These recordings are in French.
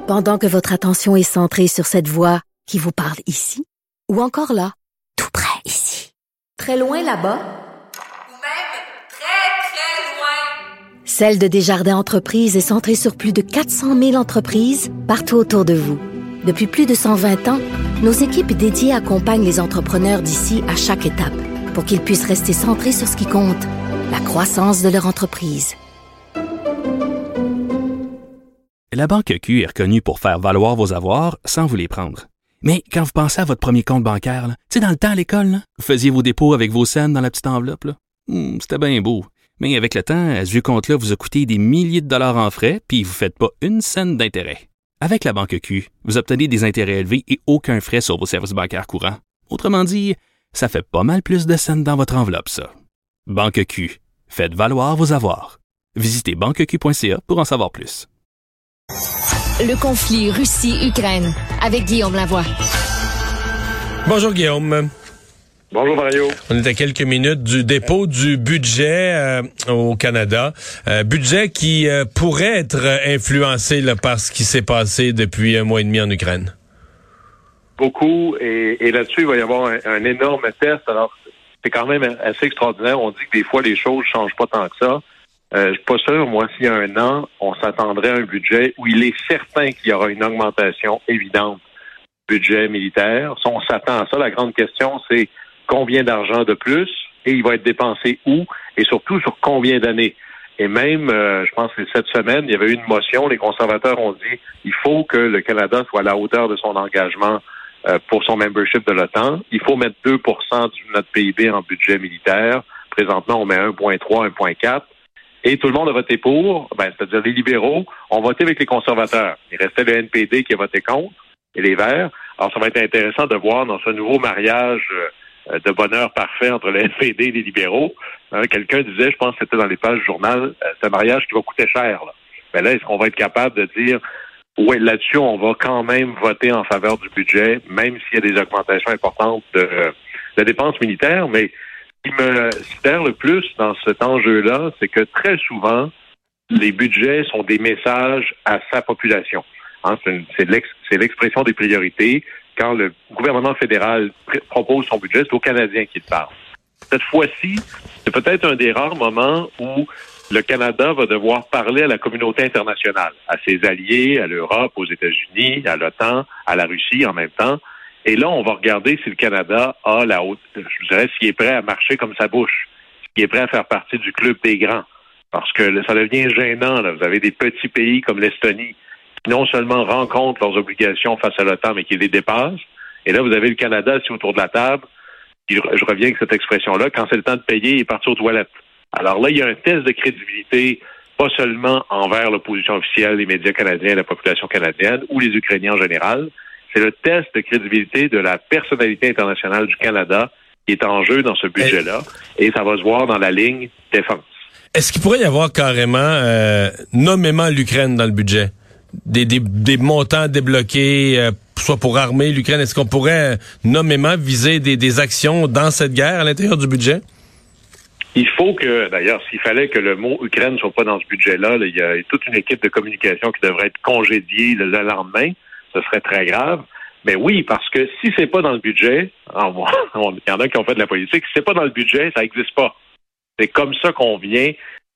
Pendant que votre attention est centrée sur cette voix qui vous parle ici, ou encore là, tout près ici, très loin là-bas, ou même très, très loin. Celle de Desjardins Entreprises est centrée sur plus de 400 000 entreprises partout autour de vous. Depuis plus de 120 ans, nos équipes dédiées accompagnent les entrepreneurs d'ici à chaque étape pour qu'ils puissent rester centrés sur ce qui compte, la croissance de leur entreprise. La Banque Q est reconnue pour faire valoir vos avoirs sans vous les prendre. Mais quand vous pensez à votre premier compte bancaire, tu sais, dans le temps à l'école, là, vous faisiez vos dépôts avec vos scènes dans la petite enveloppe. C'était bien beau. Mais avec le temps, ce vieux compte-là vous a coûté des milliers de dollars en frais, puis vous ne faites pas une scène d'intérêt. Avec la Banque Q, vous obtenez des intérêts élevés et aucun frais sur vos services bancaires courants. Autrement dit, ça fait pas mal plus de scènes dans votre enveloppe, ça. Banque Q. Faites valoir vos avoirs. Visitez banqueq.ca pour en savoir plus. Le conflit Russie-Ukraine avec Guillaume Lavoie. Bonjour Guillaume. Bonjour Mario. On est à quelques minutes du dépôt du budget au Canada. Budget qui pourrait être influencé là, par ce qui s'est passé depuis un mois et demi en Ukraine. Beaucoup. Et là-dessus, il va y avoir un énorme test. Alors, c'est quand même assez extraordinaire. On dit que des fois, les choses ne changent pas tant que ça. Je suis pas sûr, moi, s'il y a un an, on s'attendrait à un budget où il est certain qu'il y aura une augmentation évidente du budget militaire. Si on s'attend à ça, la grande question, c'est combien d'argent de plus et il va être dépensé où et surtout sur combien d'années. Et même, je pense que cette semaine, il y avait eu une motion, les conservateurs ont dit il faut que le Canada soit à la hauteur de son engagement pour son membership de l'OTAN. Il faut mettre 2 de notre PIB en budget militaire. Présentement, on met 1,3, 1,4. Et tout le monde a voté pour, c'est-à-dire les libéraux ont voté avec les conservateurs. Il restait le NPD qui a voté contre et les Verts. Alors, ça va être intéressant de voir dans ce nouveau mariage de bonheur parfait entre le NPD et les libéraux. Quelqu'un disait, je pense que c'était dans les pages du journal, c'est un mariage qui va coûter cher. Là. Mais là, est-ce qu'on va être capable de dire, oui, là-dessus, on va quand même voter en faveur du budget, même s'il y a des augmentations importantes de dépenses militaires, mais ce qui me sidère le plus dans cet enjeu-là, c'est que très souvent, les budgets sont des messages à sa population. C'est l'expression des priorités. Quand le gouvernement fédéral propose son budget, c'est aux Canadiens qu'il parle. Cette fois-ci, c'est peut-être un des rares moments où le Canada va devoir parler à la communauté internationale, à ses alliés, à l'Europe, aux États-Unis, à l'OTAN, à la Russie en même temps. Et là, on va regarder si le Canada a la haute, je dirais, s'il est prêt à marcher comme sa bouche, s'il est prêt à faire partie du club des grands. Parce que ça devient gênant, là. Vous avez des petits pays comme l'Estonie qui non seulement rencontrent leurs obligations face à l'OTAN, mais qui les dépassent. Et là, vous avez le Canada assis autour de la table. Je reviens avec cette expression-là. Quand c'est le temps de payer, il est parti aux toilettes. Alors là, il y a un test de crédibilité, pas seulement envers l'opposition officielle, les médias canadiens, la population canadienne ou les Ukrainiens en général. C'est le test de crédibilité de la personnalité internationale du Canada qui est en jeu dans ce budget-là. Et ça va se voir dans la ligne défense. Est-ce qu'il pourrait y avoir carrément nommément l'Ukraine dans le budget? Des montants débloqués, soit pour armer l'Ukraine. Est-ce qu'on pourrait nommément viser des actions dans cette guerre à l'intérieur du budget? Il faut que, d'ailleurs, s'il fallait que le mot Ukraine ne soit pas dans ce budget-là, il y a toute une équipe de communication qui devrait être congédiée le lendemain. Ce serait très grave. Mais oui, parce que si c'est pas dans le budget, il y en a qui ont fait de la politique, si c'est pas dans le budget, ça n'existe pas. C'est comme ça qu'on vient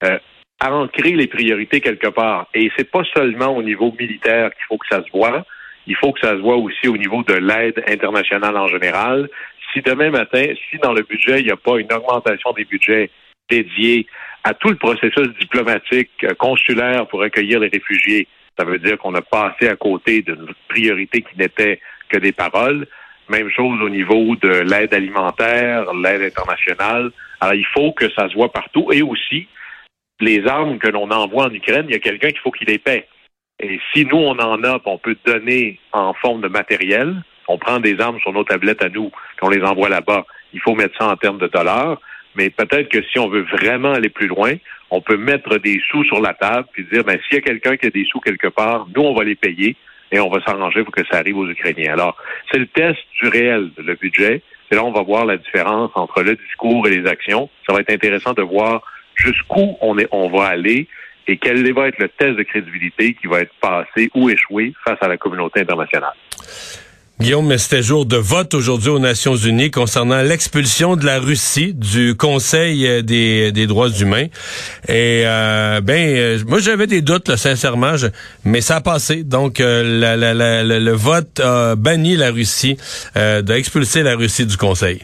ancrer les priorités quelque part. Et c'est pas seulement au niveau militaire qu'il faut que ça se voit, il faut que ça se voit aussi au niveau de l'aide internationale en général. Si demain matin, si dans le budget, il n'y a pas une augmentation des budgets dédiés à tout le processus diplomatique, consulaire pour accueillir les réfugiés, ça veut dire qu'on a passé à côté d'une priorité qui n'était que des paroles. Même chose au niveau de l'aide alimentaire, l'aide internationale. Alors, il faut que ça se voit partout. Et aussi, les armes que l'on envoie en Ukraine, il y a quelqu'un qu'il faut qu'il les paie. Et si nous, on en a, on peut donner en forme de matériel. On prend des armes sur nos tablettes à nous, qu'on les envoie là-bas. Il faut mettre ça en termes de dollars. Mais peut-être que si on veut vraiment aller plus loin, on peut mettre des sous sur la table puis dire, s'il y a quelqu'un qui a des sous quelque part, nous, on va les payer et on va s'arranger pour que ça arrive aux Ukrainiens. Alors, c'est le test du réel, le budget. C'est là on va voir la différence entre le discours et les actions. Ça va être intéressant de voir jusqu'où on va aller. et quel va être le test de crédibilité qui va être passé ou échoué face à la communauté internationale. Guillaume, mais c'était jour de vote aujourd'hui aux Nations Unies concernant l'expulsion de la Russie du Conseil des droits humains. Et moi j'avais des doutes, là, sincèrement, mais ça a passé. Donc le vote a banni la Russie, d'expulser la Russie du Conseil.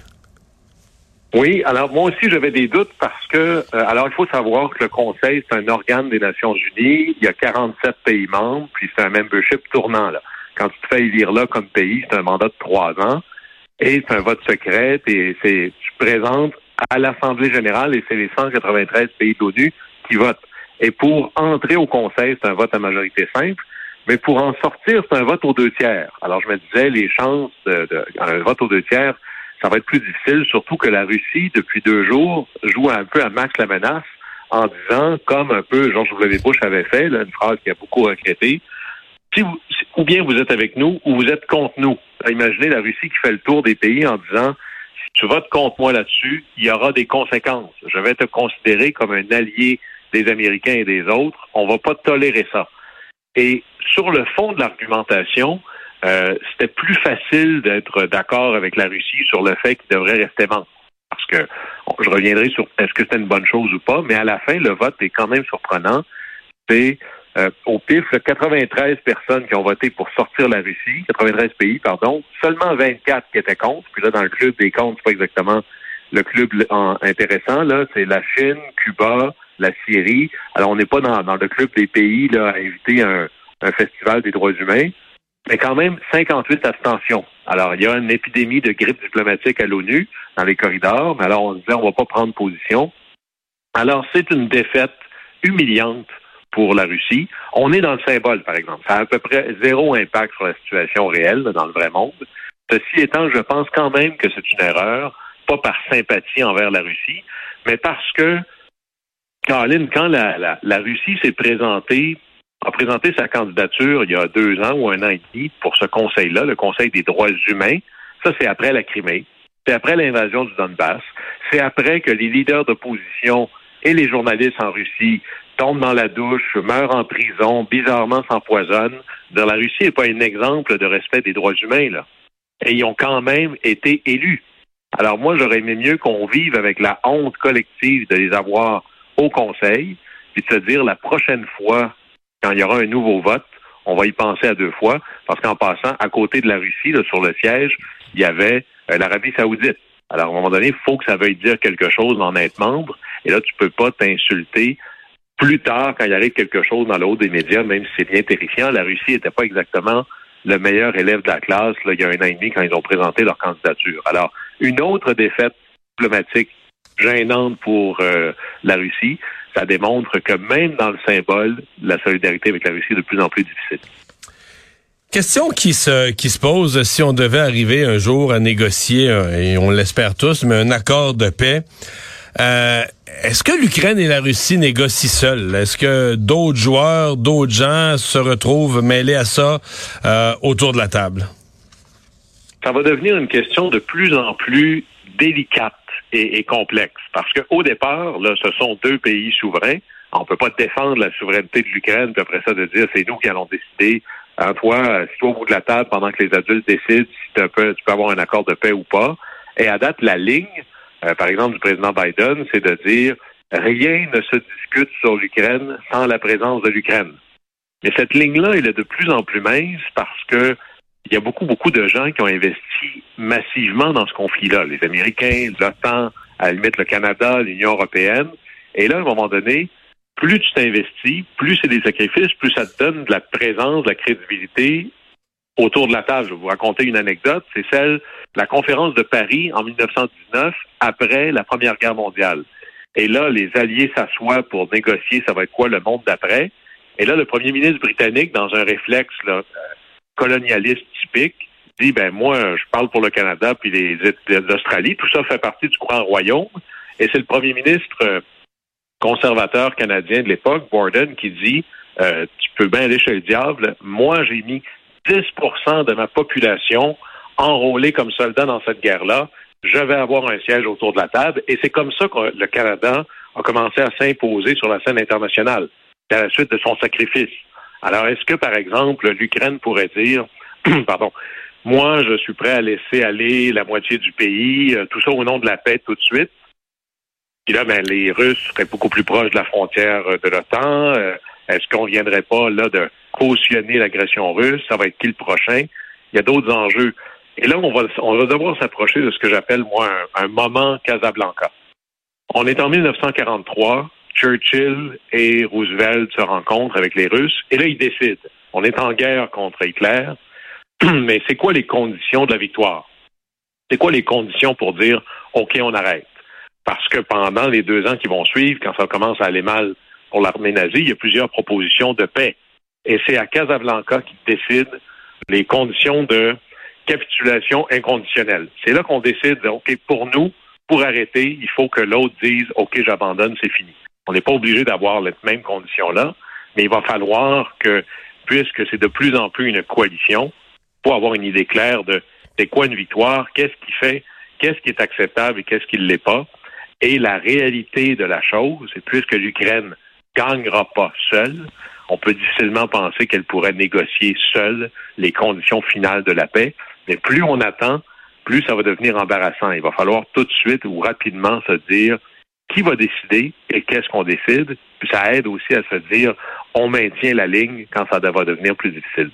Oui, alors moi aussi j'avais des doutes parce que, alors il faut savoir que le Conseil, c'est un organe des Nations Unies, il y a 47 pays membres, puis c'est un membership tournant, là. Quand tu te fais élire là comme pays, c'est un mandat de 3 ans, et c'est un vote secret, et tu présentes à l'Assemblée générale, et c'est les 193 pays de l'ONU qui votent. Et pour entrer au Conseil, c'est un vote à majorité simple, mais pour en sortir, c'est un vote aux 2/3. Alors je me disais, les chances d'un vote aux 2/3, ça va être plus difficile, surtout que la Russie, depuis 2 jours, joue un peu à max la menace en disant, comme un peu George W. Bush avait fait, là, une phrase qui a beaucoup regretté, ou bien vous êtes avec nous ou vous êtes contre nous. Imaginez la Russie qui fait le tour des pays en disant, si tu votes contre moi là-dessus, il y aura des conséquences. Je vais te considérer comme un allié des Américains et des autres. On va pas tolérer ça. Et sur le fond de l'argumentation, c'était plus facile d'être d'accord avec la Russie sur le fait qu'il devrait rester membre. Parce que je reviendrai sur est-ce que c'était une bonne chose ou pas, mais à la fin, le vote est quand même surprenant. C'est au pif, 93 personnes qui ont voté pour sortir la Russie, 93 pays, pardon, seulement 24 qui étaient contre. Puis là, dans le club des contre, c'est pas exactement le club intéressant, là, c'est la Chine, Cuba, la Syrie. Alors, on n'est pas dans le club des pays là, à inviter un festival des droits humains, mais quand même 58 abstentions. Alors, il y a une épidémie de grippe diplomatique à l'ONU, dans les corridors, mais alors on disait on va pas prendre position. Alors, c'est une défaite humiliante pour la Russie. On est dans le symbole, par exemple. Ça a à peu près 0 impact sur la situation réelle là, dans le vrai monde. Ceci étant, je pense quand même que c'est une erreur, pas par sympathie envers la Russie, mais parce que, Caroline, quand la Russie a présenté sa candidature il y a 2 ans ou 1 an et demi pour ce conseil-là, le Conseil des droits humains, ça c'est après la Crimée, c'est après l'invasion du Donbass, c'est après que les leaders d'opposition et les journalistes en Russie tombent dans la douche, meurent en prison, bizarrement s'empoisonnent. La Russie n'est pas un exemple de respect des droits humains, là. Et ils ont quand même été élus. Alors moi, j'aurais aimé mieux qu'on vive avec la honte collective de les avoir au Conseil, puis de se dire la prochaine fois, quand il y aura un nouveau vote, on va y penser à 2 fois, parce qu'en passant, à côté de la Russie, là, sur le siège, il y avait l'Arabie Saoudite. Alors, à un moment donné, il faut que ça veuille dire quelque chose d'en être membre, et là, tu peux pas t'insulter plus tard, quand il arrive quelque chose dans le haut des médias, même si c'est bien terrifiant. La Russie n'était pas exactement le meilleur élève de la classe là, il y a 1 an et demi quand ils ont présenté leur candidature. Alors, une autre défaite diplomatique gênante pour la Russie, ça démontre que même dans le symbole, la solidarité avec la Russie est de plus en plus difficile. Question qui se pose si on devait arriver un jour à négocier, et on l'espère tous, mais un accord de paix. Est-ce que l'Ukraine et la Russie négocient seules? Est-ce que d'autres joueurs, d'autres gens se retrouvent mêlés à ça autour de la table? Ça va devenir une question de plus en plus délicate et complexe. Parce qu'au départ, là, ce sont 2 pays souverains. On ne peut pas défendre la souveraineté de l'Ukraine, puis après ça, de dire c'est nous qui allons décider. Toi, si toi au bout de la table, pendant que les adultes décident si tu peux avoir un accord de paix ou pas. Et à date, la ligne, par exemple, du président Biden, c'est de dire rien ne se discute sur l'Ukraine sans la présence de l'Ukraine. Mais cette ligne-là, elle est de plus en plus mince parce que il y a beaucoup de gens qui ont investi massivement dans ce conflit-là. Les Américains, l'OTAN, à la limite le Canada, l'Union européenne. Et là, à un moment donné, plus tu t'investis, plus c'est des sacrifices, plus ça te donne de la présence, de la crédibilité autour de la table. Je vais vous raconter une anecdote. C'est celle de la conférence de Paris en 1919, après la Première Guerre mondiale. Et là, les alliés s'assoient pour négocier ça va être quoi le monde d'après. Et là, le premier ministre britannique, dans un réflexe là, colonialiste typique, dit moi, je parle pour le Canada puis l'Australie. Tout ça fait partie du Grand Royaume. Et c'est le premier ministre conservateur canadien de l'époque, Borden, qui dit tu peux bien aller chez le diable. Moi, j'ai mis 10% de ma population enrôlée comme soldat dans cette guerre-là. Je vais avoir un siège autour de la table. Et c'est comme ça que le Canada a commencé à s'imposer sur la scène internationale. C'est à la suite de son sacrifice. Alors, est-ce que, par exemple, l'Ukraine pourrait dire, pardon, moi, je suis prêt à laisser aller la moitié du pays, tout ça au nom de la paix tout de suite. Puis là, les Russes seraient beaucoup plus proches de la frontière de l'OTAN. Est-ce qu'on viendrait pas là de cautionner l'agression russe? Ça va être qui le prochain? Il y a d'autres enjeux. Et là, on va devoir s'approcher de ce que j'appelle, moi, un moment Casablanca. On est en 1943, Churchill et Roosevelt se rencontrent avec les Russes, et là, ils décident. On est en guerre contre Hitler, mais c'est quoi les conditions de la victoire? C'est quoi les conditions pour dire, OK, on arrête? Parce que pendant les 2 ans qui vont suivre, quand ça commence à aller mal pour l'armée nazie, il y a plusieurs propositions de paix. Et c'est à Casablanca qu'ils décident les conditions de capitulation inconditionnelle. C'est là qu'on décide, OK, pour nous, pour arrêter, il faut que l'autre dise, OK, j'abandonne, c'est fini. On n'est pas obligé d'avoir les mêmes conditions-là, mais il va falloir que, puisque c'est de plus en plus une coalition, pour avoir une idée claire de c'est quoi une victoire, qu'est-ce qui est acceptable et qu'est-ce qui ne l'est pas. Et la réalité de la chose, c'est puisque l'Ukraine gagnera pas seule, on peut difficilement penser qu'elle pourrait négocier seule les conditions finales de la paix. Mais plus on attend, plus ça va devenir embarrassant. Il va falloir tout de suite ou rapidement se dire qui va décider et qu'est-ce qu'on décide. Puis ça aide aussi à se dire on maintient la ligne quand ça va devenir plus difficile.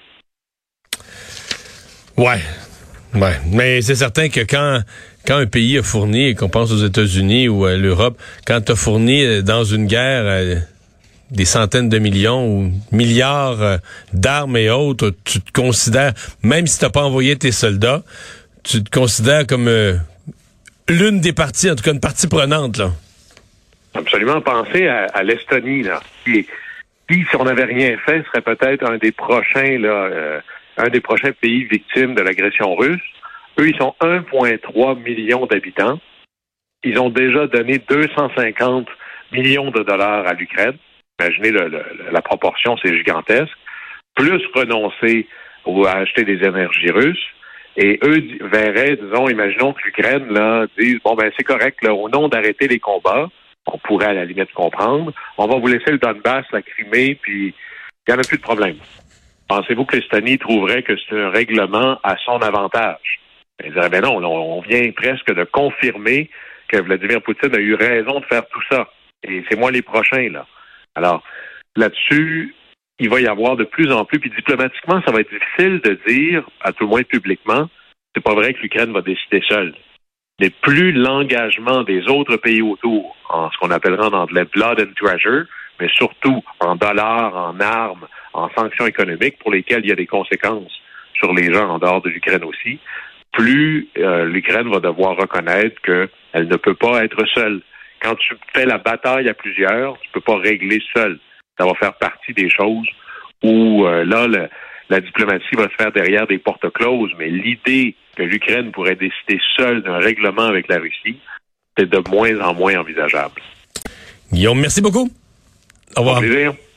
Ouais. Mais c'est certain que quand un pays a fourni, et qu'on pense aux États-Unis ou à l'Europe, quand tu as fourni dans une guerre des centaines de millions ou milliards d'armes et autres, tu te considères, même si tu n'as pas envoyé tes soldats, tu te considères comme l'une des parties, en tout cas une partie prenante, là. Absolument. Pensez à l'Estonie, là, qui, si on n'avait rien fait, serait peut-être un des prochains pays victimes de l'agression russe. Eux, ils sont 1,3 million d'habitants. Ils ont déjà donné 250 millions de dollars à l'Ukraine. Imaginez la proportion, c'est gigantesque. Plus renoncer à acheter des énergies russes. Et eux verraient, imaginons que l'Ukraine là dise, c'est correct, là, au nom d'arrêter les combats, on pourrait à la limite comprendre, on va vous laisser le Donbass, la Crimée, puis il n'y en a plus de problème. Pensez-vous que l'Estonie trouverait que c'est un règlement à son avantage? Ils diraient, non, on vient presque de confirmer que Vladimir Poutine a eu raison de faire tout ça. Et c'est moi les prochains, là. Alors, là-dessus, il va y avoir de plus en plus, puis diplomatiquement, ça va être difficile de dire, à tout le moins publiquement, c'est pas vrai que l'Ukraine va décider seule. Mais plus l'engagement des autres pays autour, en ce qu'on appellera en anglais blood and treasure, mais surtout en dollars, en armes, en sanctions économiques pour lesquelles il y a des conséquences sur les gens en dehors de l'Ukraine aussi, plus l'Ukraine va devoir reconnaître qu'elle ne peut pas être seule. Quand tu fais la bataille à plusieurs, tu peux pas régler seul. Ça va faire partie des choses où la diplomatie va se faire derrière des portes closes, mais l'idée que l'Ukraine pourrait décider seule d'un règlement avec la Russie, c'est de moins en moins envisageable. Guillaume, merci beaucoup. Au revoir. Au plaisir.